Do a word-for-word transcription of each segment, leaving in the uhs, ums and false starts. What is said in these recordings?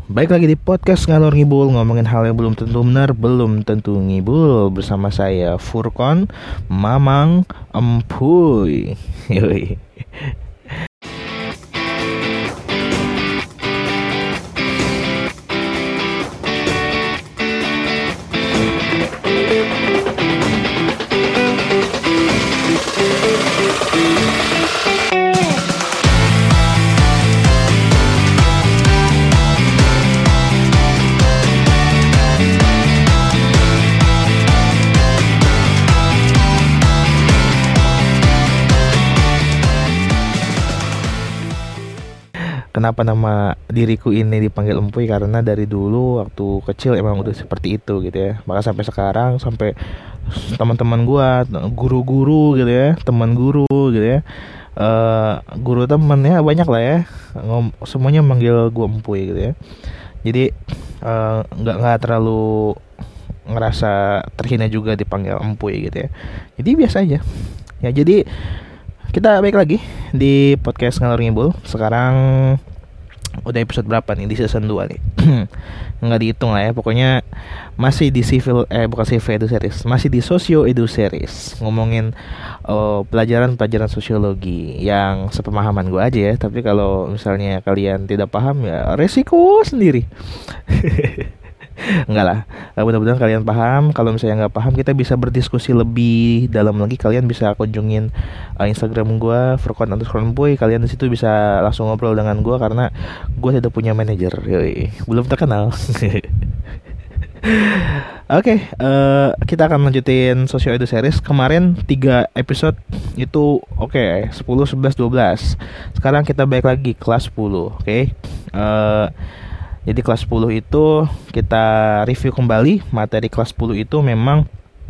Baik lagi di podcast Ngalor Ngibul, ngomongin hal yang belum tentu benar, belum tentu ngibul. Bersama saya Furkon, Mamang, Empuy. Yoi. Kenapa nama diriku ini dipanggil Empuy? Karena dari dulu waktu kecil emang udah seperti itu gitu ya. Maka sampai sekarang, sampai teman-teman gua, guru-guru gitu ya, teman guru gitu ya, uh, guru temennya banyak lah ya, Ngom- semuanya manggil gua Empuy gitu ya. Jadi uh, nggak nggak terlalu ngerasa terhina juga dipanggil Empuy gitu ya. Jadi biasa aja. Ya jadi kita balik lagi di podcast Ngalor Ngibul. Sekarang udah episode berapa nih di season dua nih? Nggak dihitung lah ya. Pokoknya masih di civil eh bukan civil edu series, masih di socio edu series, ngomongin uh, pelajaran-pelajaran sosiologi yang sepemahaman gue aja ya. Tapi kalau misalnya kalian tidak paham ya resiko sendiri. Enggak lah, mudah-mudahan kalian paham. Kalau misalnya nggak paham, kita bisa berdiskusi lebih dalam lagi. Kalian bisa kunjungin uh, Instagram gue Furkon underscore Empuy. Kalian di situ bisa langsung ngobrol dengan gue karena gue tidak punya manajer, yoi. Belum terkenal. Oke, okay, uh, kita akan lanjutin Socio Edu Series. Kemarin tiga episode itu oke, okay, sepuluh, sebelas, dua belas. Sekarang kita balik lagi kelas sepuluh, oke okay? uh, Jadi kelas sepuluh itu kita review kembali. Materi kelas sepuluh itu memang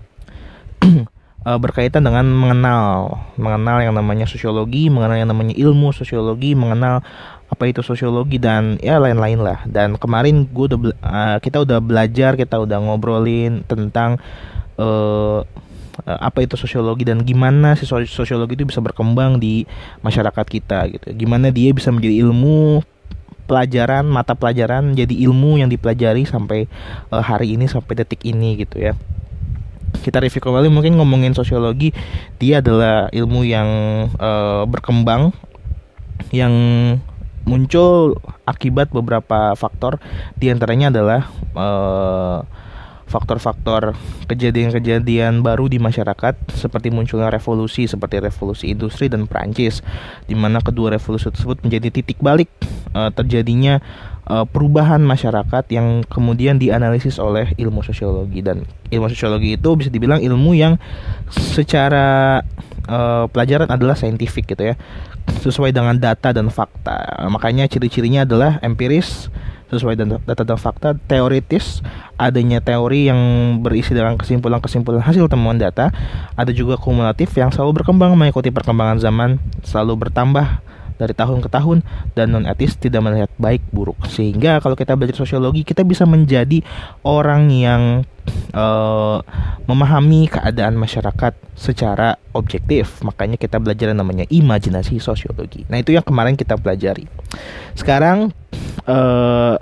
berkaitan dengan mengenal Mengenal yang namanya sosiologi, mengenal yang namanya ilmu sosiologi, mengenal apa itu sosiologi dan ya lain-lain lah. Dan kemarin gua udah uh, kita udah belajar, kita udah ngobrolin tentang uh, apa itu sosiologi dan gimana si sosiologi itu bisa berkembang di masyarakat kita gitu. Gimana dia bisa menjadi ilmu, pelajaran, mata pelajaran, jadi ilmu yang dipelajari sampai uh, hari ini, sampai detik ini gitu ya. Kita review kembali, mungkin ngomongin sosiologi. Dia adalah ilmu yang uh, berkembang, yang muncul akibat beberapa faktor. Di antaranya adalah uh, faktor-faktor kejadian-kejadian baru di masyarakat, seperti munculnya revolusi seperti revolusi industri dan Prancis, di mana kedua revolusi tersebut menjadi titik balik uh, terjadinya uh, perubahan masyarakat yang kemudian dianalisis oleh ilmu sosiologi. Dan ilmu sosiologi itu bisa dibilang ilmu yang secara uh, pelajaran adalah saintifik gitu ya, sesuai dengan data dan fakta. Makanya ciri-cirinya adalah empiris, sesuai dengan data dan fakta, teoritis, adanya teori yang berisi dengan kesimpulan-kesimpulan hasil temuan data. Ada juga kumulatif yang selalu berkembang mengikuti perkembangan zaman, selalu bertambah dari tahun ke tahun, dan non etis, tidak melihat baik buruk. Sehingga kalau kita belajar sosiologi, kita bisa menjadi orang yang uh, memahami keadaan masyarakat secara objektif. Makanya kita belajar yang namanya imajinasi sosiologi. Nah, itu yang kemarin kita pelajari. Sekarang uh,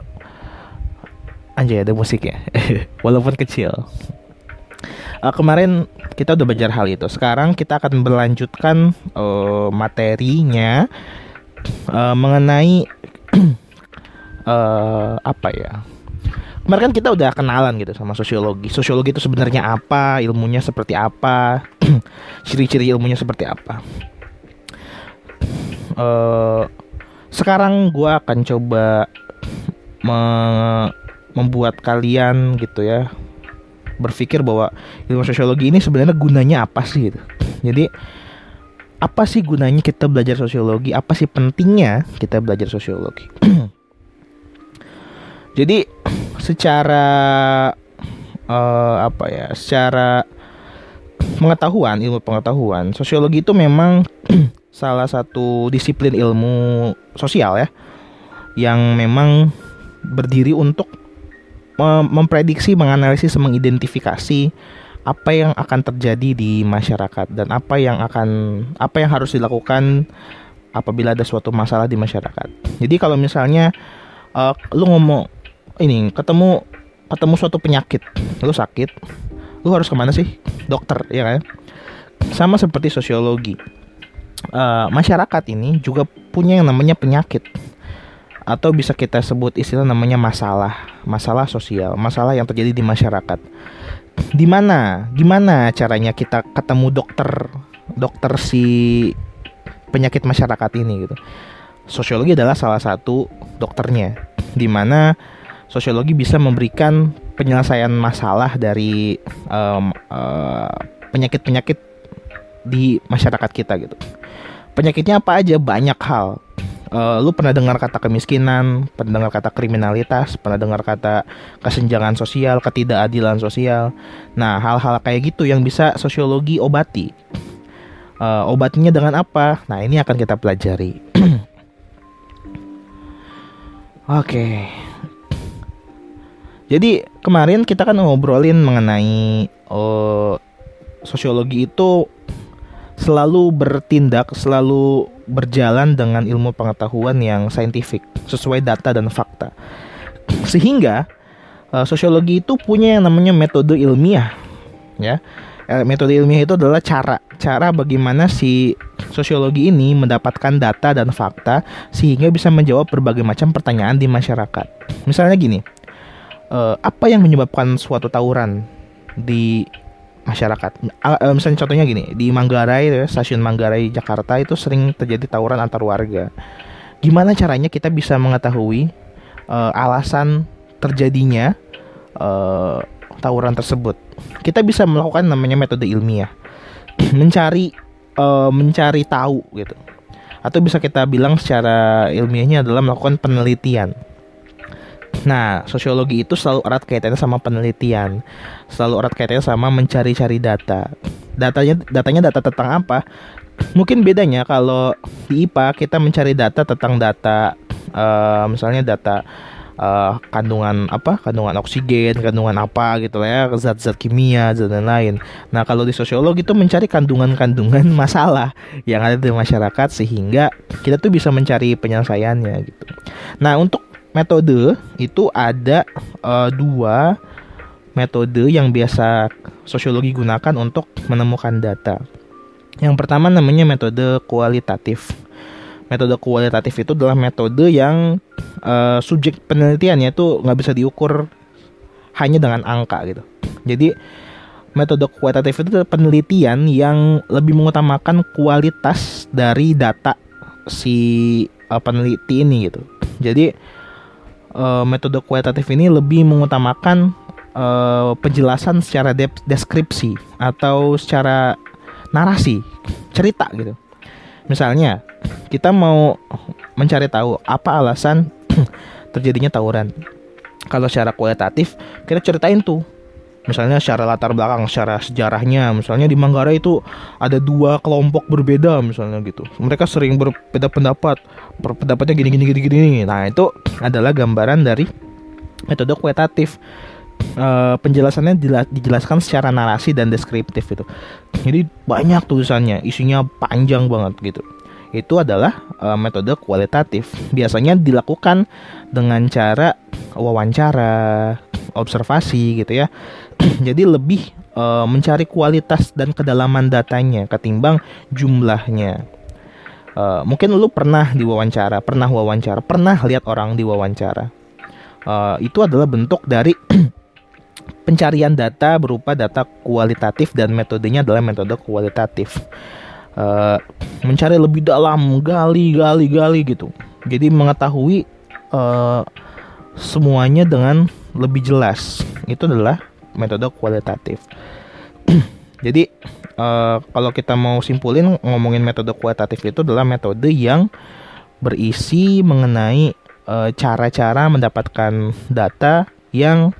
anjay, ada musik ya. Walaupun kecil. Uh, kemarin kita udah belajar hal itu. Sekarang kita akan melanjutkan uh, materinya uh, mengenai uh, apa ya? Kemarin kan kita udah kenalan gitu sama sosiologi. Sosiologi itu sebenarnya apa? Ilmunya seperti apa? Ciri-ciri ilmunya seperti apa? Uh, sekarang gue akan coba me- membuat kalian gitu ya berpikir bahwa ilmu sosiologi ini sebenarnya gunanya apa sih gitu. Jadi apa sih gunanya kita belajar sosiologi? Apa sih pentingnya kita belajar sosiologi? Jadi secara uh, apa ya? Secara pengetahuan, ilmu pengetahuan, sosiologi itu memang salah satu disiplin ilmu sosial ya, yang memang berdiri untuk memprediksi, menganalisis, mengidentifikasi apa yang akan terjadi di masyarakat dan apa yang akan apa yang harus dilakukan apabila ada suatu masalah di masyarakat. Jadi kalau misalnya uh, lu ngomong ini ketemu ketemu suatu penyakit, lu sakit, lu harus kemana sih? Dokter, ya kan? Sama seperti sosiologi, uh, masyarakat ini juga punya yang namanya penyakit, atau bisa kita sebut istilah namanya masalah, masalah sosial, masalah yang terjadi di masyarakat. Di mana, gimana caranya kita ketemu dokter, dokter si penyakit masyarakat ini gitu? Sosiologi adalah salah satu dokternya, di mana sosiologi bisa memberikan penyelesaian masalah dari um, uh, penyakit-penyakit di masyarakat kita gitu. Penyakitnya apa aja? Banyak hal. Uh, lu pernah dengar kata kemiskinan, pernah dengar kata kriminalitas, pernah dengar kata kesenjangan sosial, ketidakadilan sosial. Nah, hal-hal kayak gitu yang bisa sosiologi obati. Uh, obatnya dengan apa? Nah, ini akan kita pelajari. Oke. Okay. Jadi kemarin kita kan ngobrolin mengenai uh, sosiologi itu selalu bertindak, selalu berjalan dengan ilmu pengetahuan yang saintifik, sesuai data dan fakta. Sehingga uh, sosiologi itu punya yang namanya metode ilmiah, ya. Eh, metode ilmiah itu adalah cara, cara bagaimana si sosiologi ini mendapatkan data dan fakta sehingga bisa menjawab berbagai macam pertanyaan di masyarakat. Misalnya gini, uh, apa yang menyebabkan suatu tawuran di masyarakat? Uh, misalnya contohnya gini, di Manggarai, ya, stasiun Manggarai Jakarta itu sering terjadi tawuran antar warga. Gimana caranya kita bisa mengetahui uh, alasan terjadinya uh, tawuran tersebut? Kita bisa melakukan namanya metode ilmiah, mencari uh, mencari tahu gitu, atau bisa kita bilang secara ilmiahnya adalah melakukan penelitian. Nah, sosiologi itu selalu erat kaitannya sama penelitian, selalu erat kaitannya sama mencari-cari data. Datanya, datanya data tentang apa? Mungkin bedanya kalau di I P A kita mencari data tentang data, uh, misalnya data uh, kandungan apa, kandungan oksigen, kandungan apa gitu lah ya, zat-zat kimia, zat dan lain. Nah, kalau di sosiologi itu mencari kandungan-kandungan masalah yang ada di masyarakat sehingga kita tuh bisa mencari penyelesaiannya gitu. Nah, untuk metode itu ada uh, dua metode yang biasa sosiologi gunakan untuk menemukan data. Yang pertama namanya metode kualitatif. Metode kualitatif itu adalah metode yang uh, subjek penelitiannya itu nggak bisa diukur hanya dengan angka gitu. Jadi metode kualitatif itu adalah penelitian yang lebih mengutamakan kualitas dari data si uh, peneliti ini gitu. Jadi Uh, metode kualitatif ini lebih mengutamakan uh, penjelasan secara de- deskripsi atau secara narasi, cerita gitu. Misalnya, kita mau mencari tahu apa alasan terjadinya tawuran. Kalau secara kualitatif, kita ceritain tuh. Misalnya secara latar belakang, secara sejarahnya. Misalnya di Manggarai itu ada dua kelompok berbeda misalnya gitu. Mereka sering berbeda pendapat, pendapatnya gini gini gini gini. Nah, itu adalah gambaran dari metode kualitatif. E, penjelasannya dijelaskan secara narasi dan deskriptif itu. Jadi banyak tulisannya, isinya panjang banget gitu. Itu adalah e, metode kualitatif. Biasanya dilakukan dengan cara wawancara, observasi gitu ya. Jadi lebih e, mencari kualitas dan kedalaman datanya ketimbang jumlahnya. E, mungkin lu pernah diwawancara, pernah wawancara, pernah lihat orang diwawancara. E, itu adalah bentuk dari pencarian data berupa data kualitatif dan metodenya adalah metode kualitatif. E, mencari lebih dalam, gali, gali, gali gitu. Jadi mengetahui e, semuanya dengan lebih jelas. Itu adalah metode kualitatif. Jadi uh, kalau kita mau simpulin ngomongin metode kualitatif itu adalah metode yang berisi mengenai uh, cara-cara mendapatkan data yang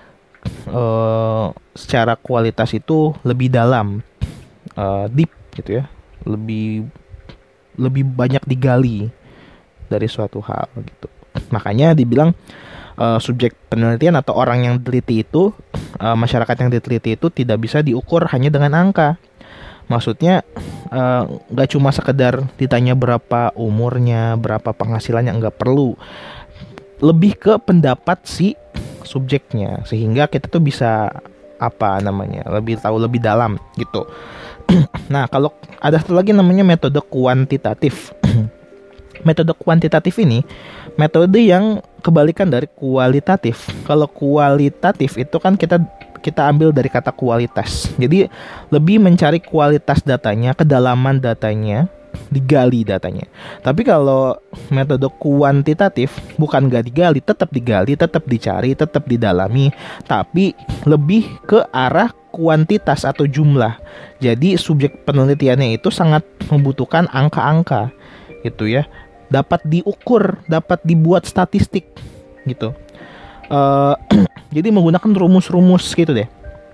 uh, secara kualitas itu lebih dalam, uh, deep gitu ya, lebih lebih banyak digali dari suatu hal gitu. Makanya dibilang uh, subjek penelitian atau orang yang teliti itu, uh, masyarakat yang diteliti itu tidak bisa diukur hanya dengan angka. Maksudnya nggak uh, cuma sekedar ditanya berapa umurnya, berapa penghasilannya, nggak perlu. lebih ke pendapat si subjeknya, sehingga kita tuh bisa apa namanya lebih tahu lebih dalam gitu. Nah, kalau ada satu lagi namanya metode kuantitatif. Metode kuantitatif ini metode yang kebalikan dari kualitatif. Kalau kualitatif itu kan kita kita ambil dari kata kualitas. Jadi lebih mencari kualitas datanya, kedalaman datanya, digali datanya. Tapi kalau metode kuantitatif bukan gak digali, tetap digali, tetap dicari, tetap didalami, tapi lebih ke arah kuantitas atau jumlah. Jadi subjek penelitiannya itu sangat membutuhkan angka-angka gitu ya. Dapat diukur, dapat dibuat statistik gitu. Uh, jadi menggunakan rumus-rumus gitu deh,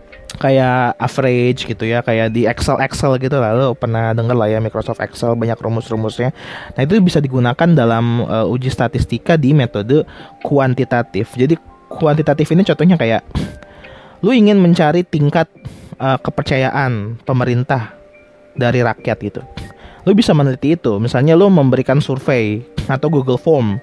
kayak average gitu ya, kayak di Excel Excel gitu lah, lo pernah denger lah ya Microsoft Excel banyak rumus-rumusnya. Nah itu bisa digunakan dalam uh, uji statistika di metode kuantitatif. Jadi kuantitatif ini contohnya kayak lu ingin mencari tingkat uh, kepercayaan pemerintah dari rakyat gitu. Lu bisa meneliti itu. Misalnya lu memberikan survei atau Google Form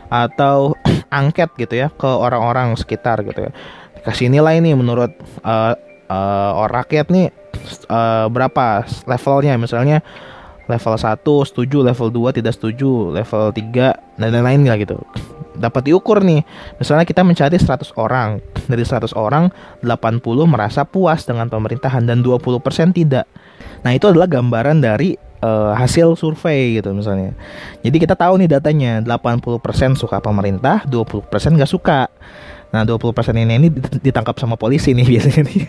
atau angket gitu ya ke orang-orang sekitar gitu ya. Kasih nilai nih menurut uh, uh, rakyat nih uh, berapa levelnya, misalnya level satu setuju, level dua tidak setuju, level tiga dan lain-lain lah gitu. Dapat diukur nih. Misalnya kita mencari seratus orang. Dari seratus orang, delapan puluh merasa puas dengan pemerintahan dan dua puluh persen tidak. Nah, itu adalah gambaran dari uh, hasil survei gitu misalnya. Jadi kita tahu nih datanya, delapan puluh persen suka pemerintah, dua puluh persen gak suka. Nah, dua puluh persen ini, ini ditangkap sama polisi nih biasanya nih.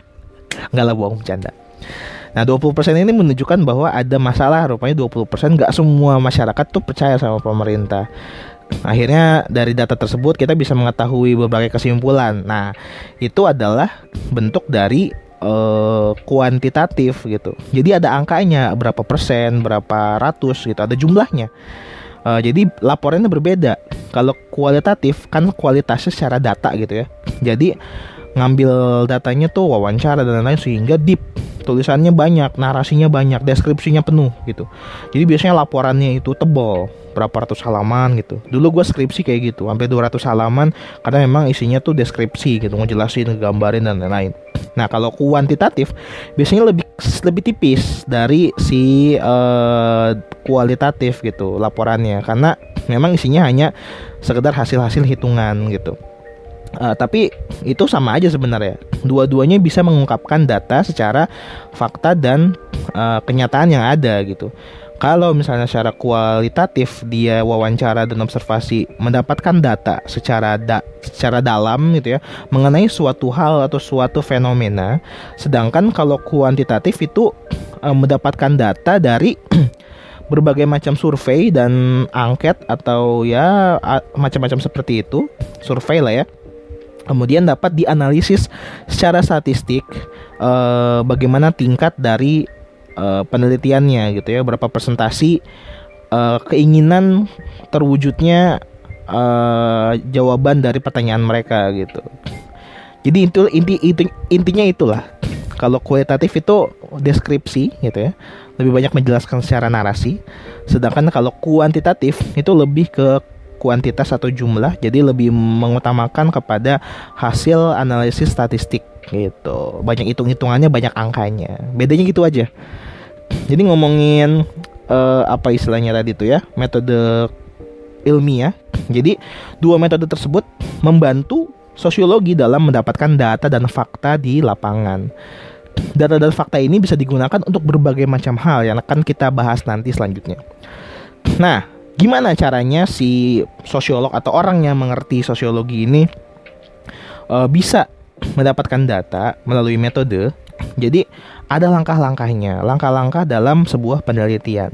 Enggak lah, bohong, bercanda. Nah, dua puluh persen ini menunjukkan bahwa ada masalah. Rupanya dua puluh persen gak semua masyarakat tuh percaya sama pemerintah. Akhirnya dari data tersebut kita bisa mengetahui berbagai kesimpulan. Nah, itu adalah bentuk dari uh, kuantitatif gitu. Jadi ada angkanya, berapa persen, berapa ratus gitu, ada jumlahnya. Uh, jadi laporannya berbeda. Kalau kualitatif kan kualitasnya secara data gitu ya. Jadi ngambil datanya tuh wawancara dan lain-lain sehingga deep, tulisannya banyak, narasinya banyak, deskripsinya penuh gitu. Jadi biasanya laporannya itu tebal, berapa ratus halaman gitu. Dulu gue skripsi kayak gitu, sampai dua ratus halaman, karena memang isinya tuh deskripsi gitu, ngejelasin, ngegambarin dan lain-lain. Nah, kalau kuantitatif biasanya lebih lebih tipis dari si uh, kualitatif gitu laporannya, karena memang isinya hanya sekedar hasil-hasil hitungan gitu. Uh, tapi itu sama aja sebenarnya. Dua-duanya bisa mengungkapkan data secara fakta dan uh, kenyataan yang ada gitu. Kalau misalnya secara kualitatif dia wawancara dan observasi mendapatkan data secara da- secara dalam gitu ya mengenai suatu hal atau suatu fenomena, sedangkan kalau kuantitatif itu uh, mendapatkan data dari berbagai macam survei dan angket atau ya a- macam-macam seperti itu, survei lah ya. Kemudian dapat dianalisis secara statistik eh, bagaimana tingkat dari eh, penelitiannya gitu ya, berapa persentasi eh, keinginan terwujudnya eh, jawaban dari pertanyaan mereka gitu. Jadi itu inti, inti intinya itulah. Kalau kualitatif itu deskripsi gitu ya, lebih banyak menjelaskan secara narasi. Sedangkan kalau kuantitatif itu lebih ke kuantitas atau jumlah, jadi lebih mengutamakan kepada hasil analisis statistik gitu. Banyak hitung-hitungannya, banyak angkanya. Bedanya gitu aja. Jadi ngomongin uh, apa istilahnya tadi tuh ya, metode ilmiah. Jadi dua metode tersebut membantu sosiologi dalam mendapatkan data dan fakta di lapangan. Data dan fakta ini bisa digunakan untuk berbagai macam hal yang akan kita bahas nanti selanjutnya. Nah, gimana caranya si sosiolog atau orang yang mengerti sosiologi ini uh, bisa mendapatkan data melalui metode? Jadi ada langkah-langkahnya, langkah-langkah dalam sebuah penelitian.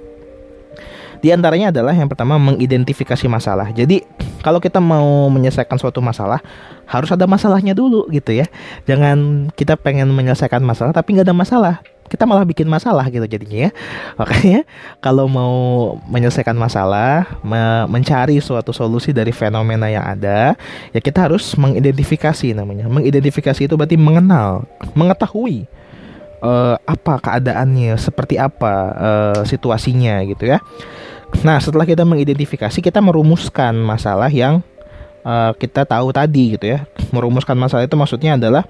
Di antaranya adalah yang pertama mengidentifikasi masalah. Jadi kalau kita mau menyelesaikan suatu masalah harus ada masalahnya dulu gitu ya. Jangan kita pengen menyelesaikan masalah tapi nggak ada masalah, kita malah bikin masalah gitu jadinya ya. Makanya kalau mau menyelesaikan masalah, me- mencari suatu solusi dari fenomena yang ada, ya kita harus mengidentifikasi namanya. Mengidentifikasi itu berarti mengenal, mengetahui uh, apa keadaannya, seperti apa uh, situasinya gitu ya. Nah, setelah kita mengidentifikasi, kita merumuskan masalah yang uh, kita tahu tadi gitu ya. Merumuskan masalah itu maksudnya adalah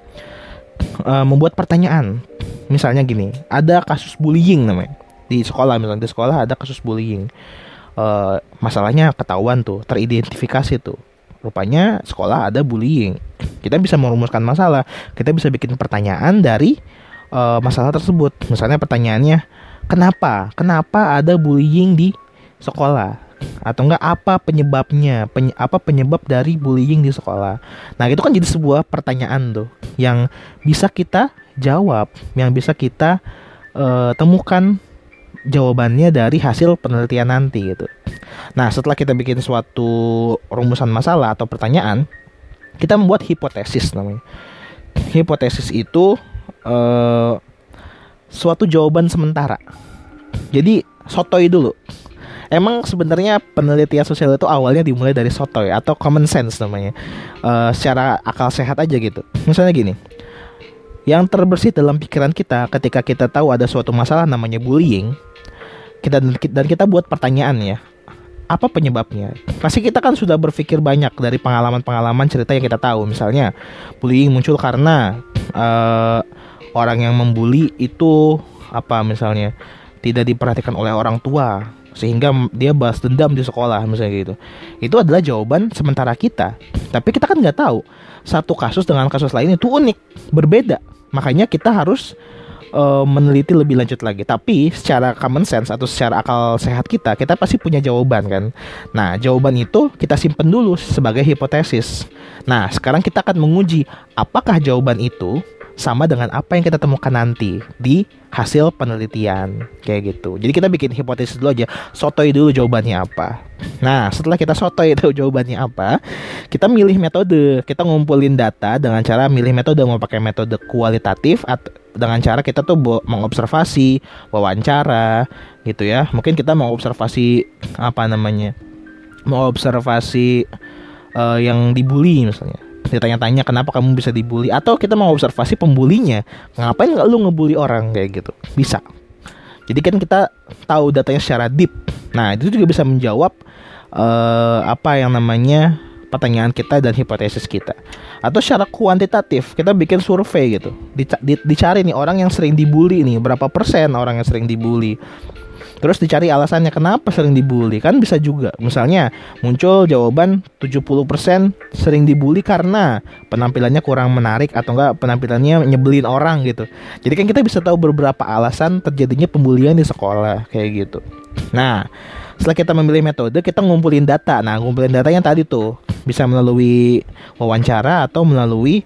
uh, membuat pertanyaan. Misalnya gini, ada kasus bullying namanya di sekolah, misalnya di sekolah ada kasus bullying. Uh, masalahnya ketahuan tuh, teridentifikasi tuh. Rupanya sekolah ada bullying. Kita bisa merumuskan masalah. Kita bisa bikin pertanyaan dari uh, masalah tersebut. Misalnya pertanyaannya, kenapa? Kenapa ada bullying di sekolah? Atau enggak apa penyebabnya? Penye- apa penyebab dari bullying di sekolah? Nah, itu kan jadi sebuah pertanyaan tuh yang bisa kita jawab, yang bisa kita uh, temukan jawabannya dari hasil penelitian nanti gitu. Nah, setelah kita bikin suatu rumusan masalah atau pertanyaan, kita membuat hipotesis namanya. Hipotesis itu uh, suatu jawaban sementara. Jadi sotoy dulu. Emang sebenarnya penelitian sosial itu awalnya dimulai dari sotoy atau common sense namanya. Uh, secara akal sehat aja gitu. Misalnya gini, yang terbersit dalam pikiran kita ketika kita tahu ada suatu masalah namanya bullying, kita dan kita buat pertanyaan ya, apa penyebabnya? Pasti kita kan sudah berpikir banyak dari pengalaman-pengalaman cerita yang kita tahu. Misalnya bullying muncul karena uh, orang yang membuli itu apa misalnya tidak diperhatikan oleh orang tua, sehingga dia balas dendam di sekolah misalnya gitu. Itu adalah jawaban sementara kita. Tapi kita kan nggak tahu satu kasus dengan kasus lain itu unik, berbeda. Makanya kita harus uh, meneliti lebih lanjut lagi. Tapi secara common sense atau secara akal sehat kita, kita pasti punya jawaban kan. Nah, jawaban itu kita simpen dulu sebagai hipotesis. Nah, sekarang kita akan menguji apakah jawaban itu sama dengan apa yang kita temukan nanti di hasil penelitian kayak gitu. Jadi kita bikin hipotesis dulu aja, sotoy dulu jawabannya apa. Nah, setelah kita sotoy tahu jawabannya apa, kita milih metode. Kita ngumpulin data dengan cara milih metode, mau pakai metode kualitatif atau dengan cara kita tuh mengobservasi, wawancara gitu ya. Mungkin kita mau observasi apa namanya? Mau observasi uh, yang dibully misalnya. Ditanya-tanya kenapa kamu bisa dibully, atau kita mau observasi pembulinya, ngapain nggak lu ngebully orang kayak gitu, bisa. Jadi kan kita tahu datanya secara deep. Nah, itu juga bisa menjawab uh, apa yang namanya pertanyaan kita dan hipotesis kita. Atau secara kuantitatif, kita bikin survei gitu, Dic- di- dicari nih orang yang sering dibully nih, berapa persen orang yang sering dibully. Terus dicari alasannya kenapa sering dibully. Kan bisa juga, misalnya muncul jawaban tujuh puluh persen sering dibully karena penampilannya kurang menarik, atau enggak penampilannya nyebelin orang gitu. Jadi kan kita bisa tahu beberapa alasan terjadinya pembulian di sekolah kayak gitu. Nah, setelah kita memilih metode, kita ngumpulin data. Nah, ngumpulin datanya tadi tuh bisa melalui wawancara atau melalui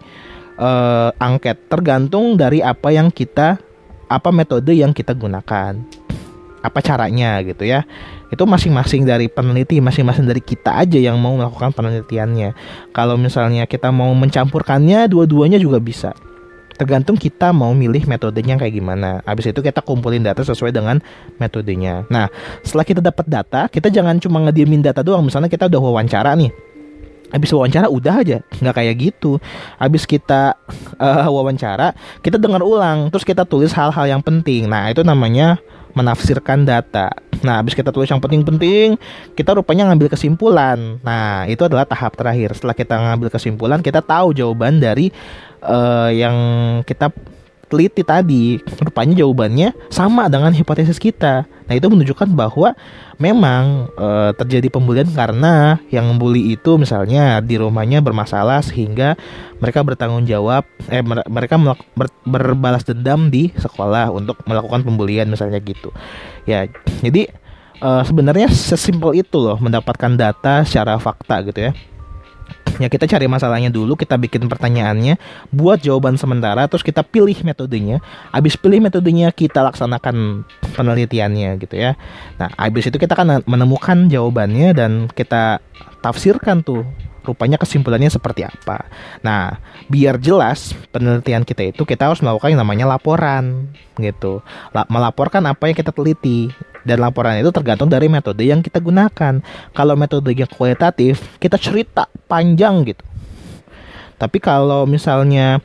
uh, angket, tergantung dari apa yang kita apa metode yang kita gunakan, apa caranya gitu ya. Itu masing-masing dari peneliti, masing-masing dari kita aja yang mau melakukan penelitiannya. Kalau misalnya kita mau mencampurkannya, dua-duanya juga bisa. Tergantung kita mau milih metodenya kayak gimana. Habis itu kita kumpulin data sesuai dengan metodenya. Nah, setelah kita dapat data, kita jangan cuma ngediemin data doang. Misalnya kita udah wawancara nih, habis wawancara udah aja, nggak kayak gitu. Habis kita uh, wawancara, kita dengar ulang, terus kita tulis hal-hal yang penting. Nah, itu namanya menafsirkan data. Nah, habis kita tulis yang penting-penting, kita rupanya ngambil kesimpulan. Nah, itu adalah tahap terakhir. Setelah kita ngambil kesimpulan, kita tahu jawaban dari uh, yang kita teliti tadi. Rupanya jawabannya sama dengan hipotesis kita. Nah, itu menunjukkan bahwa memang uh, terjadi pembulian karena yang membuli itu misalnya di rumahnya bermasalah, sehingga mereka bertanggung jawab eh mereka melak- ber- berbalas dendam di sekolah untuk melakukan pembulian misalnya gitu. Ya, jadi uh, sebenarnya sesimpel itu loh mendapatkan data secara fakta gitu ya. Ya, kita cari masalahnya dulu, kita bikin pertanyaannya, buat jawaban sementara, terus kita pilih metodenya. Habis pilih metodenya, kita laksanakan penelitiannya gitu ya. Nah, habis itu kita kan menemukan jawabannya dan kita tafsirkan tuh, rupanya kesimpulannya seperti apa. Nah, biar jelas penelitian kita itu, kita harus melakukan yang namanya laporan gitu. La- melaporkan apa yang kita teliti. Dan laporan itu tergantung dari metode yang kita gunakan. Kalau metode yang kualitatif, kita cerita panjang gitu. Tapi kalau misalnya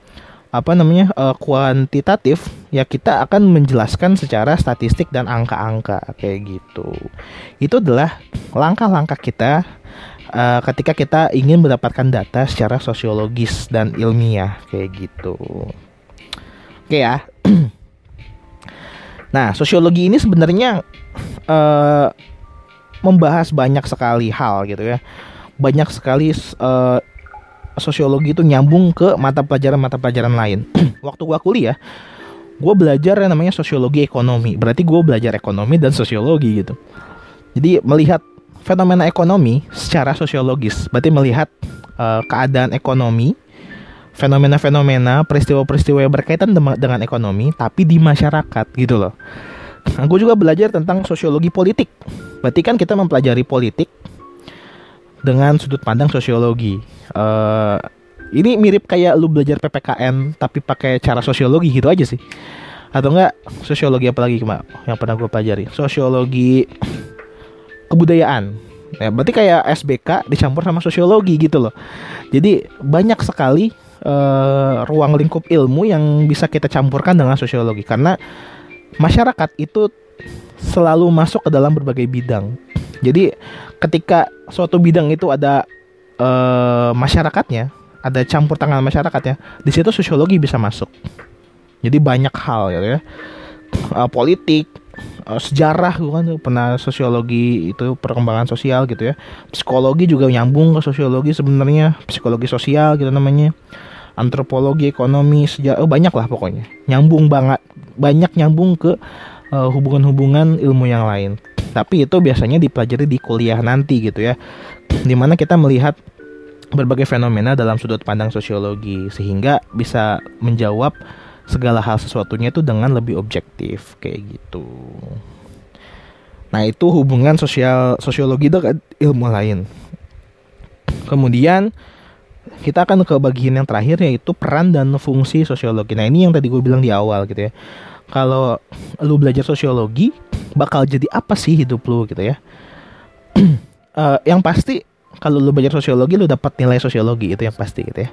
apa namanya uh, kuantitatif, ya kita akan menjelaskan secara statistik dan angka-angka kayak gitu. Itu adalah langkah-langkah kita uh, ketika kita ingin mendapatkan data secara sosiologis dan ilmiah kayak gitu. Oke ya. Nah, sosiologi ini sebenarnya uh, membahas banyak sekali hal gitu ya. Banyak sekali uh, sosiologi itu nyambung ke mata pelajaran-mata pelajaran lain. Waktu gua kuliah, gua belajar yang namanya sosiologi ekonomi. Berarti gua belajar ekonomi dan sosiologi gitu. Jadi melihat fenomena ekonomi secara sosiologis. Berarti melihat uh, keadaan ekonomi, fenomena-fenomena, peristiwa-peristiwa yang berkaitan dengan ekonomi, tapi di masyarakat gitu loh. Aku juga belajar tentang sosiologi politik. Berarti kan kita mempelajari politik dengan sudut pandang sosiologi. Uh, ini mirip kayak lu belajar P P K N tapi pakai cara sosiologi gitu aja sih. Atau enggak sosiologi apa lagi yang pernah gue pelajari? Sosiologi kebudayaan. Ya, berarti kayak S B K dicampur sama sosiologi gitu loh. Jadi banyak sekali uh, ruang lingkup ilmu yang bisa kita campurkan dengan sosiologi. Karena masyarakat itu selalu masuk ke dalam berbagai bidang. Jadi ketika suatu bidang itu ada uh, masyarakatnya, ada campur tangan masyarakatnya, di situ sosiologi bisa masuk. Jadi banyak hal gitu ya, uh, politik, uh, sejarah, gue kan pernah sosiologi itu perkembangan sosial gitu ya. Psikologi juga nyambung ke sosiologi sebenarnya, psikologi sosial gitu namanya. Antropologi, ekonomi, sejarah, oh, banyak lah pokoknya. Nyambung banget, banyak nyambung ke uh, hubungan-hubungan ilmu yang lain. Tapi itu biasanya dipelajari di kuliah nanti gitu ya, dimana kita melihat berbagai fenomena dalam sudut pandang sosiologi, sehingga bisa menjawab segala hal sesuatunya itu dengan lebih objektif kayak gitu. Nah itu hubungan sosial sosiologi dengan ilmu lain. Kemudian kita akan ke bagian yang terakhir, yaitu peran dan fungsi sosiologi. Nah ini yang tadi gue bilang di awal gitu ya. Kalau lu belajar sosiologi, bakal jadi apa sih hidup lu gitu ya. uh, Yang pasti kalau lu belajar sosiologi, lu dapat nilai sosiologi, itu yang pasti gitu ya.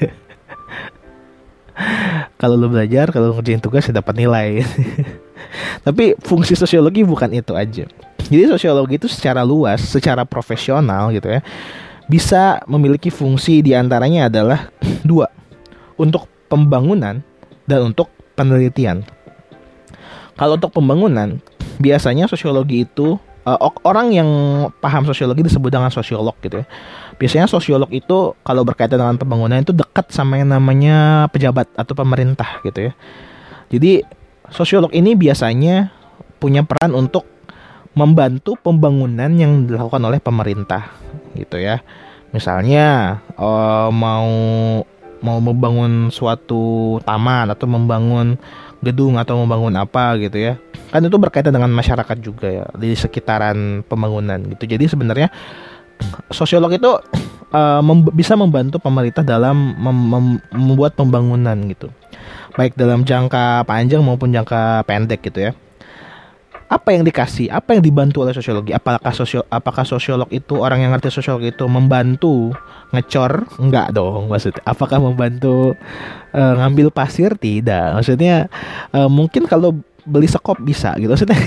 Kalau lu belajar, kalau lu ngerjain tugas, ya dapat nilai. Tapi fungsi sosiologi bukan itu aja. Jadi sosiologi itu secara luas, secara profesional gitu ya, bisa memiliki fungsi, diantaranya adalah dua, untuk pembangunan dan untuk penelitian. Kalau untuk pembangunan, biasanya sosiologi itu uh, orang yang paham sosiologi disebut dengan sosiolog gitu ya. Biasanya sosiolog itu kalau berkaitan dengan pembangunan itu dekat sama yang namanya pejabat atau pemerintah gitu ya. Jadi sosiolog ini biasanya punya peran untuk membantu pembangunan yang dilakukan oleh pemerintah gitu ya. Misalnya uh, mau mau membangun suatu taman atau membangun gedung atau membangun apa gitu ya, kan itu berkaitan dengan masyarakat juga ya, di sekitaran pembangunan gitu. Jadi sebenarnya sosiolog itu uh, mem- bisa membantu pemerintah dalam mem- mem- membuat pembangunan gitu, baik dalam jangka panjang maupun jangka pendek gitu ya. Apa yang dikasih, apa yang dibantu oleh sosiologi? Apakah sosio, apakah sosiolog itu, orang yang ngerti sosiologi itu membantu ngecor? Enggak dong, maksudnya. Apakah membantu uh, ngambil pasir? Tidak. Maksudnya uh, mungkin kalau beli sekop bisa gitu maksudnya.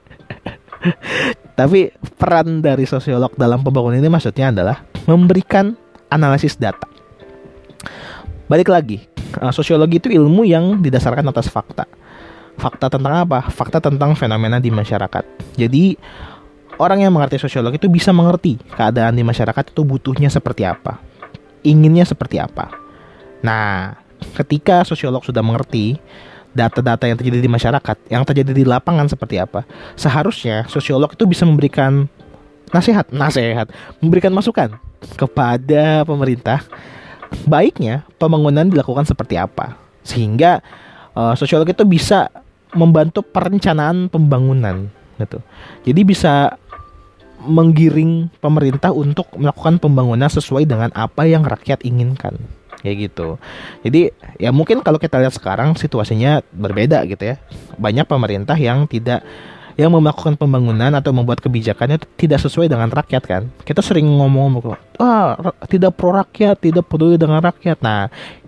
Tapi peran dari sosiolog dalam pembangunan ini maksudnya adalah memberikan analisis data. Balik lagi, uh, sosiologi itu ilmu yang didasarkan atas fakta. Fakta tentang apa? Fakta tentang fenomena di masyarakat. Jadi orang yang mengerti sosiologi itu bisa mengerti keadaan di masyarakat itu butuhnya seperti apa, inginnya seperti apa. Nah, ketika sosiolog sudah mengerti data-data yang terjadi di masyarakat, yang terjadi di lapangan seperti apa, seharusnya sosiolog itu bisa memberikan nasihat, nasihat, memberikan masukan kepada pemerintah, baiknya pembangunan dilakukan seperti apa, sehingga uh, sosiolog itu bisa membantu perencanaan pembangunan gitu. Jadi bisa menggiring pemerintah untuk melakukan pembangunan sesuai dengan apa yang rakyat inginkan, kayak gitu. Jadi ya mungkin kalau kita lihat sekarang situasinya berbeda gitu ya. Banyak pemerintah yang tidak yang melakukan pembangunan atau membuat kebijakannya tidak sesuai dengan rakyat kan. Kita sering ngomong ah tidak pro rakyat, tidak peduli dengan rakyat. Nah,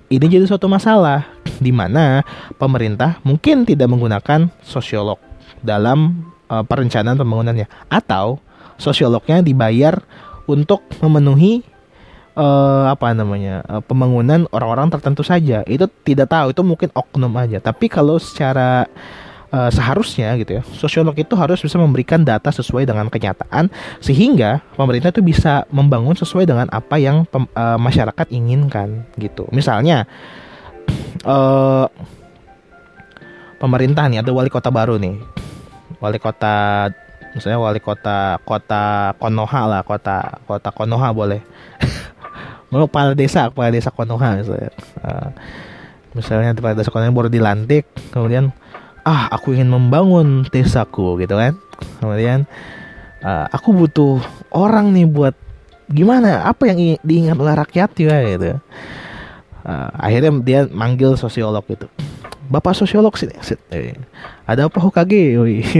ini jadi suatu masalah di mana pemerintah mungkin tidak menggunakan sosiolog dalam uh, perencanaan pembangunannya, atau sosiolognya dibayar untuk memenuhi uh, apa namanya uh, pembangunan orang-orang tertentu saja. Itu tidak tahu, itu mungkin oknum aja. Tapi kalau secara Uh, seharusnya gitu ya, sosiolog itu harus bisa memberikan data sesuai dengan kenyataan, sehingga pemerintah itu bisa membangun sesuai dengan apa yang pem, uh, masyarakat inginkan gitu. Misalnya uh, pemerintah nih, ada wali kota baru nih, wali kota misalnya wali kota kota Konoha lah, kota kota Konoha boleh. Mau kepala desa, kepala desa Konoha misalnya. Uh, misalnya kepala desa Konoha baru dilantik, kemudian ah aku ingin membangun desaku gitu kan, kemudian uh, aku butuh orang nih buat gimana, apa yang diingat oleh rakyat ya gitu. Uh, akhirnya dia manggil sosiolog gitu, bapak sosiolog sini, ada apa Hokage?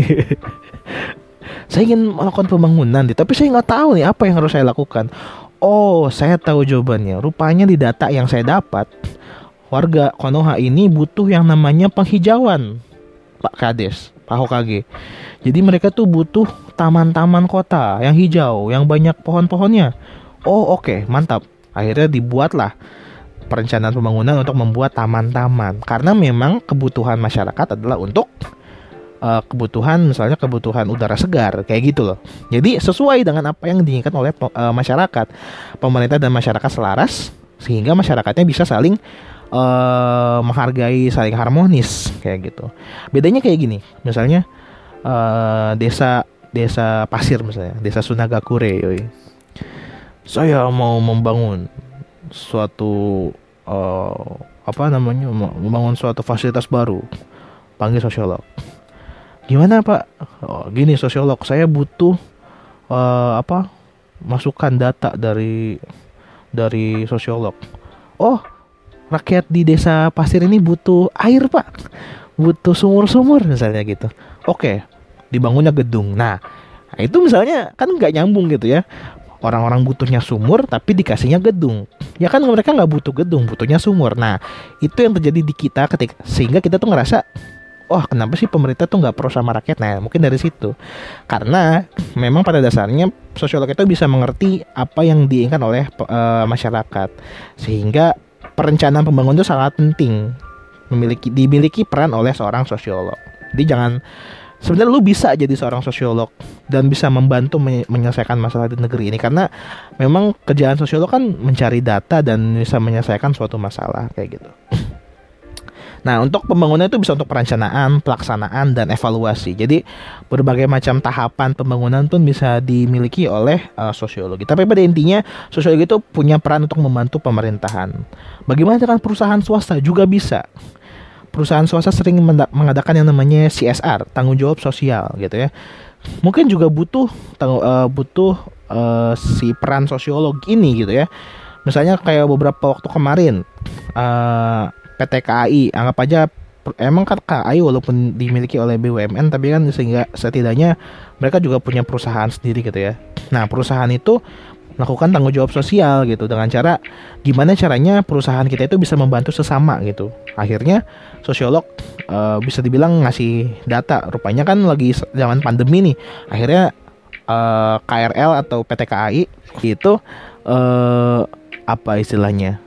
Saya ingin melakukan pembangunan, tapi saya nggak tahu nih apa yang harus saya lakukan. Oh, saya tahu jawabannya. Rupanya di data yang saya dapat, warga Konoha ini butuh yang namanya penghijauan, Pak Kades, Pak Hokage. Jadi mereka tuh butuh taman-taman kota yang hijau, yang banyak pohon-pohonnya. Oh oke, okay, mantap. Akhirnya dibuatlah perencanaan pembangunan untuk membuat taman-taman. Karena memang kebutuhan masyarakat adalah untuk uh, kebutuhan, misalnya kebutuhan udara segar, kayak gitu loh. Jadi sesuai dengan apa yang diinginkan oleh uh, masyarakat. Pemerintah dan masyarakat selaras, sehingga masyarakatnya bisa saling Uh, menghargai, saling harmonis kayak gitu. Bedanya kayak gini, misalnya uh, desa desa pasir misalnya, desa Sunagakure, yoi. Saya mau membangun suatu uh, apa namanya, membangun suatu fasilitas baru. Panggil sosiolog. Gimana Pak? Oh, gini sosiolog, saya butuh uh, apa? masukan data dari dari sosiolog. Oh, rakyat di desa pasir ini butuh air Pak, butuh sumur-sumur misalnya gitu. Oke, dibangunnya gedung. Nah, itu misalnya kan nggak nyambung gitu ya. Orang-orang butuhnya sumur tapi dikasihnya gedung. Ya kan mereka nggak butuh gedung, butuhnya sumur. Nah, itu yang terjadi di kita ketika, sehingga kita tuh ngerasa, oh kenapa sih pemerintah tuh nggak pro sama rakyat? Nah, mungkin dari situ. Karena memang pada dasarnya sosiolog itu bisa mengerti apa yang diinginkan oleh uh, masyarakat, sehingga perencanaan pembangunan itu sangat penting, memiliki dimiliki peran oleh seorang sosiolog. Jadi jangan, sebenarnya lu bisa jadi seorang sosiolog dan bisa membantu menyelesaikan masalah di negeri ini, karena memang kerjaan sosiolog kan mencari data dan bisa menyelesaikan suatu masalah kayak gitu. Nah, untuk pembangunan itu bisa untuk perencanaan, pelaksanaan, dan evaluasi. Jadi berbagai macam tahapan pembangunan pun bisa dimiliki oleh uh, sosiologi. Tapi pada intinya sosiologi itu punya peran untuk membantu pemerintahan. Bagaimana dengan perusahaan swasta juga bisa. Perusahaan swasta sering mengadakan yang namanya C S R, tanggung jawab sosial gitu ya. Mungkin juga butuh tanggung, uh, butuh uh, si peran sosiolog ini gitu ya. Misalnya kayak beberapa waktu kemarin, uh, P T K A I, anggap aja emang kan K A I walaupun dimiliki oleh B U M N, tapi kan sehingga setidaknya mereka juga punya perusahaan sendiri gitu ya. Nah, perusahaan itu melakukan tanggung jawab sosial gitu, dengan cara gimana caranya perusahaan kita itu bisa membantu sesama gitu. Akhirnya sosiolog uh, bisa dibilang ngasih data. Rupanya kan lagi zaman pandemi nih, akhirnya uh, K R L atau P T K A I itu uh, apa istilahnya,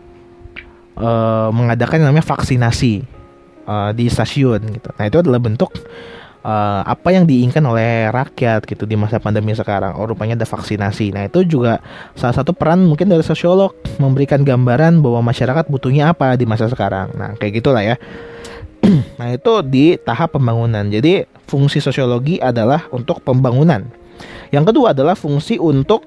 Uh, mengadakan yang namanya vaksinasi uh, di stasiun gitu. Nah, itu adalah bentuk uh, apa yang diinginkan oleh rakyat gitu di masa pandemi sekarang. Oh, rupanya ada vaksinasi. Nah, itu juga salah satu peran mungkin dari sosiolog, memberikan gambaran bahwa masyarakat butuhnya apa di masa sekarang. Nah, kayak gitulah ya. Nah, itu di tahap pembangunan. Jadi fungsi sosiologi adalah untuk pembangunan. Yang kedua adalah fungsi untuk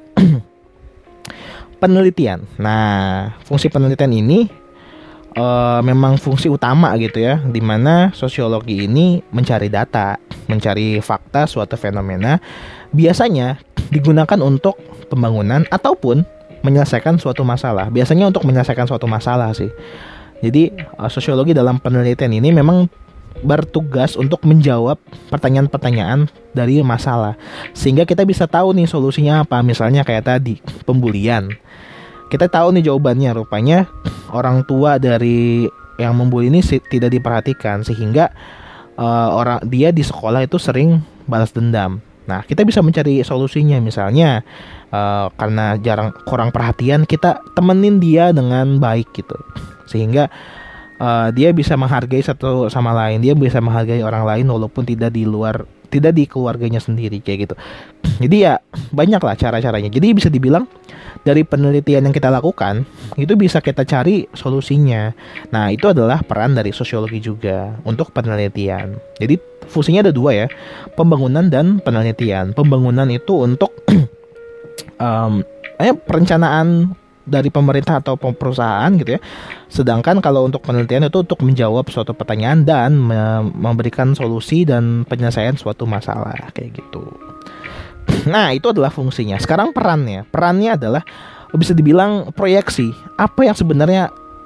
penelitian. Nah, fungsi penelitian ini Uh, memang fungsi utama gitu ya, dimana sosiologi ini mencari data, mencari fakta suatu fenomena, biasanya digunakan untuk pembangunan ataupun menyelesaikan suatu masalah. Biasanya untuk menyelesaikan suatu masalah sih. Jadi uh, sosiologi dalam penelitian ini memang bertugas untuk menjawab pertanyaan-pertanyaan dari masalah, sehingga kita bisa tahu nih solusinya apa. Misalnya kayak tadi, pembulian. kita tahu nih jawabannya, rupanya orang tua dari yang membuli ini si, tidak diperhatikan sehingga uh, orang dia di sekolah itu sering balas dendam. Nah, kita bisa mencari solusinya, misalnya uh, karena jarang kurang perhatian, kita temenin dia dengan baik gitu, sehingga uh, dia bisa menghargai satu sama lain, dia bisa menghargai orang lain walaupun tidak di luar, tidak di keluarganya sendiri kayak gitu. Jadi ya banyak lah cara-caranya. Jadi bisa dibilang dari penelitian yang kita lakukan itu bisa kita cari solusinya. Nah, itu adalah peran dari sosiologi juga untuk penelitian. Jadi fungsinya ada dua ya, pembangunan dan penelitian. Pembangunan itu untuk um, eh, perencanaan dari pemerintah atau perusahaan gitu ya. Sedangkan kalau untuk penelitian itu untuk menjawab suatu pertanyaan dan me- memberikan solusi dan penyelesaian suatu masalah kayak gitu. Nah, itu adalah fungsinya. Sekarang perannya. Perannya adalah bisa dibilang proyeksi. Apa yang sebenarnya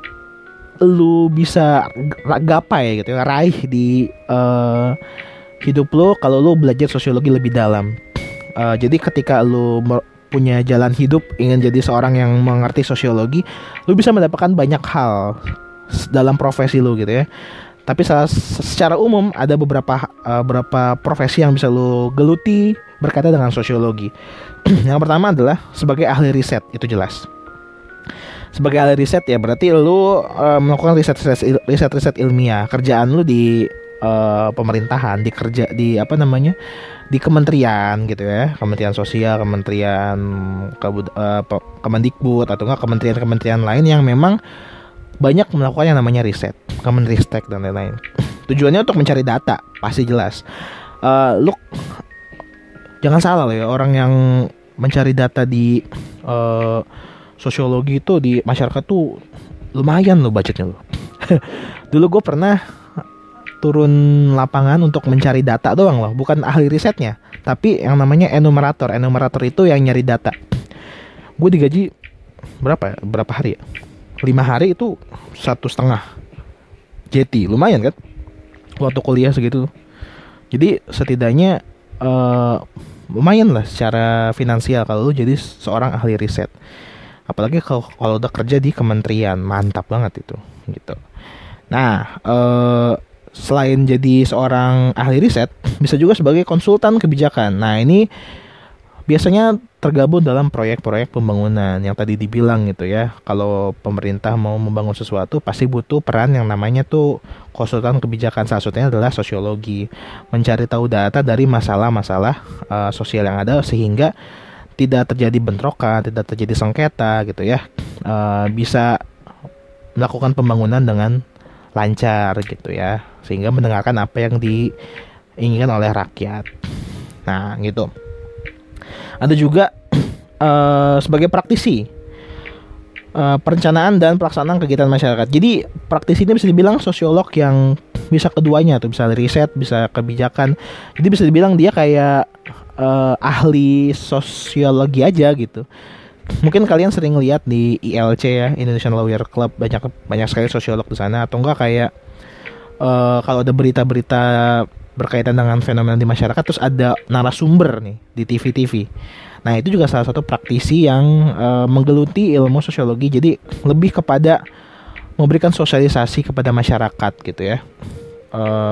lu bisa gapai gitu ya, raih di uh, hidup lu kalau lu belajar sosiologi lebih dalam. Uh, jadi ketika lu me- punya jalan hidup, ingin jadi seorang yang mengerti sosiologi, lu bisa mendapatkan banyak hal dalam profesi lu gitu ya. Tapi secara umum ada beberapa uh, beberapa profesi yang bisa lu geluti berkaitan dengan sosiologi. Yang pertama adalah sebagai ahli riset, itu jelas. Sebagai ahli riset ya berarti lu uh, melakukan riset-riset riset-riset ilmiah. Kerjaan lu di uh, pemerintahan, di kerja di apa namanya? di kementerian gitu ya, Kementerian Sosial, Kementerian Kebud- uh, Kemendikbud atau enggak kementerian-kementerian lain yang memang banyak melakukan yang namanya riset, Kemenristek dan lain-lain. Tujuannya untuk mencari data, pasti jelas. Uh, lu jangan salah loh ya, orang yang mencari data di uh, sosiologi itu di masyarakat tuh lumayan loh budgetnya loh. Dulu gue pernah turun lapangan untuk mencari data doang loh, bukan ahli risetnya, tapi yang namanya enumerator. Enumerator itu yang nyari data. Gue digaji berapa ya? Berapa hari ya? Lima hari itu satu setengah J T, lumayan kan? Waktu kuliah segitu. Jadi setidaknya uh, lumayan lah secara finansial kalau lu jadi seorang ahli riset. Apalagi kalau kalau udah kerja di kementerian, mantap banget itu, gitu. Nah, uh, selain jadi seorang ahli riset, bisa juga sebagai konsultan kebijakan. Nah, ini biasanya tergabung dalam proyek-proyek pembangunan yang tadi dibilang gitu ya. Kalau pemerintah mau membangun sesuatu pasti butuh peran yang namanya tuh konsultan kebijakan. Salah satunya adalah sosiologi, mencari tahu data dari masalah-masalah uh, sosial yang ada sehingga tidak terjadi bentrokan, tidak terjadi sengketa gitu ya. Uh, bisa melakukan pembangunan dengan lancar gitu ya, sehingga mendengarkan apa yang diinginkan oleh rakyat. Nah, gitu. Ada juga uh, sebagai praktisi uh, perencanaan dan pelaksanaan kegiatan masyarakat. Jadi praktisi ini bisa dibilang sosiolog yang bisa keduanya tuh, bisa riset, bisa kebijakan. Jadi bisa dibilang dia kayak uh, ahli sosiologi aja gitu. Mungkin kalian sering lihat di I L C ya, Indonesian Lawyer Club, banyak banyak sekali sosiolog di sana. Atau enggak kayak uh, kalau ada berita-berita berkaitan dengan fenomena di masyarakat, terus ada narasumber nih di T V-T V. Nah, itu juga salah satu praktisi yang uh, menggeluti ilmu sosiologi. Jadi lebih kepada memberikan sosialisasi kepada masyarakat gitu ya. Uh,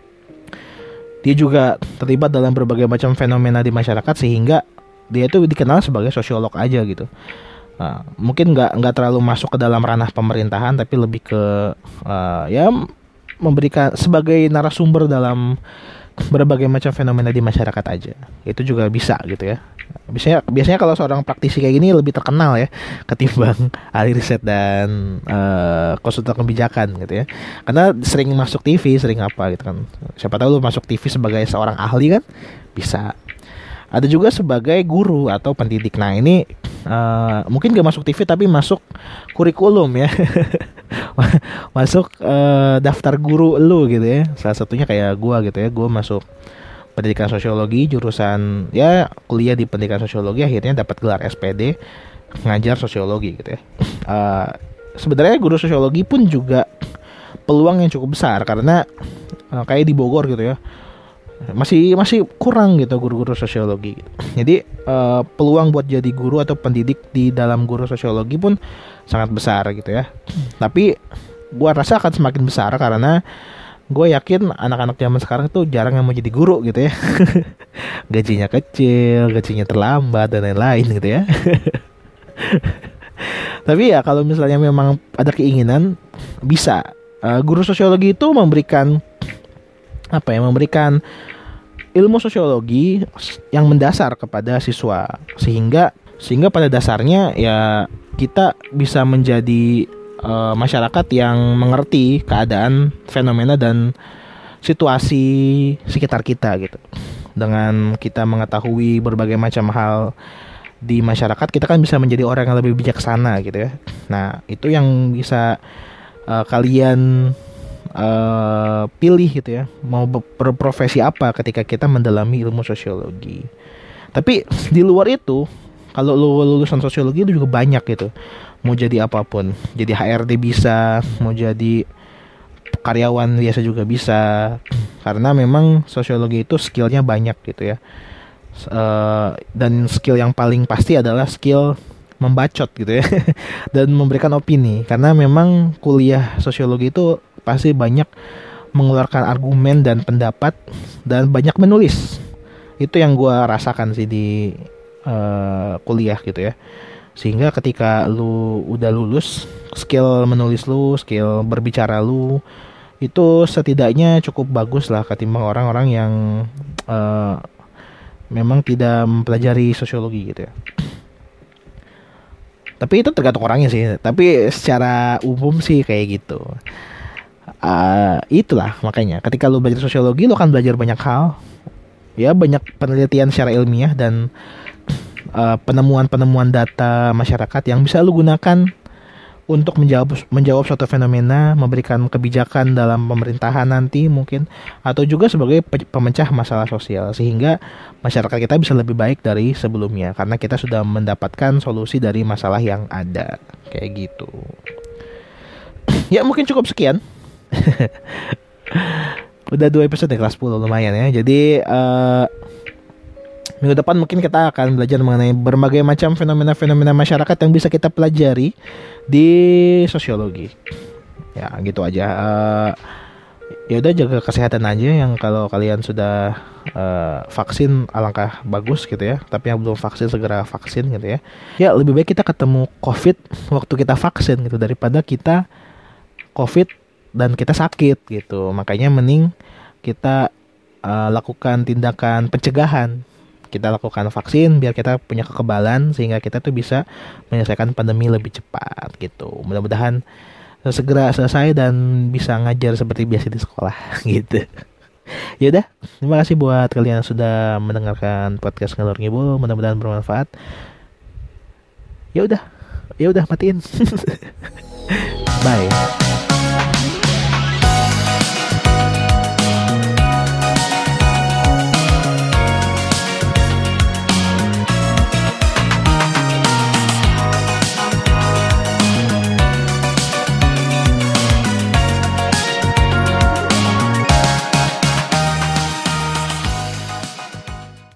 dia juga terlibat dalam berbagai macam fenomena di masyarakat sehingga dia itu dikenal sebagai sosiolog aja gitu. Uh, mungkin nggak nggak terlalu masuk ke dalam ranah pemerintahan, tapi lebih ke uh, ya memberikan sebagai narasumber dalam berbagai macam fenomena di masyarakat aja. Itu juga bisa gitu ya. Biasanya biasanya kalau seorang praktisi kayak gini lebih terkenal ya ketimbang ahli riset dan uh, konsultan kebijakan gitu ya. Karena sering masuk T V, sering apa gitu kan. Siapa tahu lu masuk T V sebagai seorang ahli kan bisa. Ada juga sebagai guru atau pendidik. Nah, ini uh, mungkin gak masuk T V tapi masuk kurikulum ya. Masuk uh, daftar guru lu gitu ya. Salah satunya kayak gua gitu ya. Gua masuk pendidikan sosiologi, jurusan ya kuliah di pendidikan sosiologi, akhirnya dapat gelar S P D ngajar sosiologi gitu ya. Uh, sebenarnya guru sosiologi pun juga peluang yang cukup besar karena uh, kayak di Bogor gitu ya. masih masih kurang gitu guru-guru sosiologi gitu. Jadi uh, peluang buat jadi guru atau pendidik di dalam guru sosiologi pun sangat besar gitu ya. Tapi gua rasa akan semakin besar karena gue yakin anak-anak zaman sekarang tuh jarang yang mau jadi guru gitu ya. Gajinya kecil, gajinya terlambat dan lain-lain gitu ya. Tapi ya kalau misalnya memang ada keinginan, bisa. Uh, guru sosiologi itu memberikan apa ya? Memberikan ilmu sosiologi yang mendasar kepada siswa, sehingga sehingga pada dasarnya ya kita bisa menjadi uh, masyarakat yang mengerti keadaan, fenomena dan situasi sekitar kita gitu. Dengan kita mengetahui berbagai macam hal di masyarakat, kita kan bisa menjadi orang yang lebih bijaksana gitu ya. Nah, itu yang bisa uh, kalian uh, pilih gitu ya. Mau berprofesi apa ketika kita mendalami ilmu sosiologi. Tapi di luar itu, kalau lu lulusan sosiologi itu juga banyak gitu. Mau jadi apapun, jadi H R D bisa, mau jadi karyawan biasa juga bisa, karena memang sosiologi itu skillnya banyak gitu ya. Uh, dan skill yang paling pasti adalah skill membacot gitu ya. Dan memberikan opini, karena memang kuliah sosiologi itu pasti banyak mengeluarkan argumen dan pendapat dan banyak menulis. Itu yang gue rasakan sih di uh, kuliah gitu ya. Sehingga ketika lu udah lulus, skill menulis lu, skill berbicara lu itu setidaknya cukup bagus lah ketimbang orang-orang yang uh, memang tidak mempelajari sosiologi gitu ya. Tapi itu tergantung orangnya sih. Tapi secara umum sih kayak gitu. Uh, itulah makanya ketika lu belajar sosiologi, lu akan belajar banyak hal. Ya, banyak penelitian secara ilmiah dan uh, penemuan-penemuan data masyarakat yang bisa lu gunakan untuk menjawab menjawab suatu fenomena, memberikan kebijakan dalam pemerintahan nanti mungkin, atau juga sebagai pemecah masalah sosial, sehingga masyarakat kita bisa lebih baik dari sebelumnya karena kita sudah mendapatkan solusi dari masalah yang ada kayak gitu. Ya mungkin cukup sekian. Udah dua episode kelas sepuluh, lumayan ya. Jadi uh, minggu depan mungkin kita akan belajar mengenai berbagai macam fenomena-fenomena masyarakat yang bisa kita pelajari di sosiologi. Ya gitu aja. Uh, ya udah, jaga kesehatan aja. Yang kalau kalian sudah uh, vaksin alangkah bagus gitu ya. Tapi yang belum vaksin segera vaksin gitu ya. Ya lebih baik kita ketemu COVID waktu kita vaksin gitu daripada kita COVID dan kita sakit gitu. Makanya mending kita uh, lakukan tindakan pencegahan. Kita lakukan vaksin biar kita punya kekebalan sehingga kita tuh bisa menyelesaikan pandemi lebih cepat gitu. Mudah-mudahan segera selesai dan bisa ngajar seperti biasa di sekolah gitu. Ya udah, terima kasih buat kalian yang sudah mendengarkan podcast Ngalor Ngibul. Mudah-mudahan bermanfaat. Ya udah, ya udah matiin. Bye.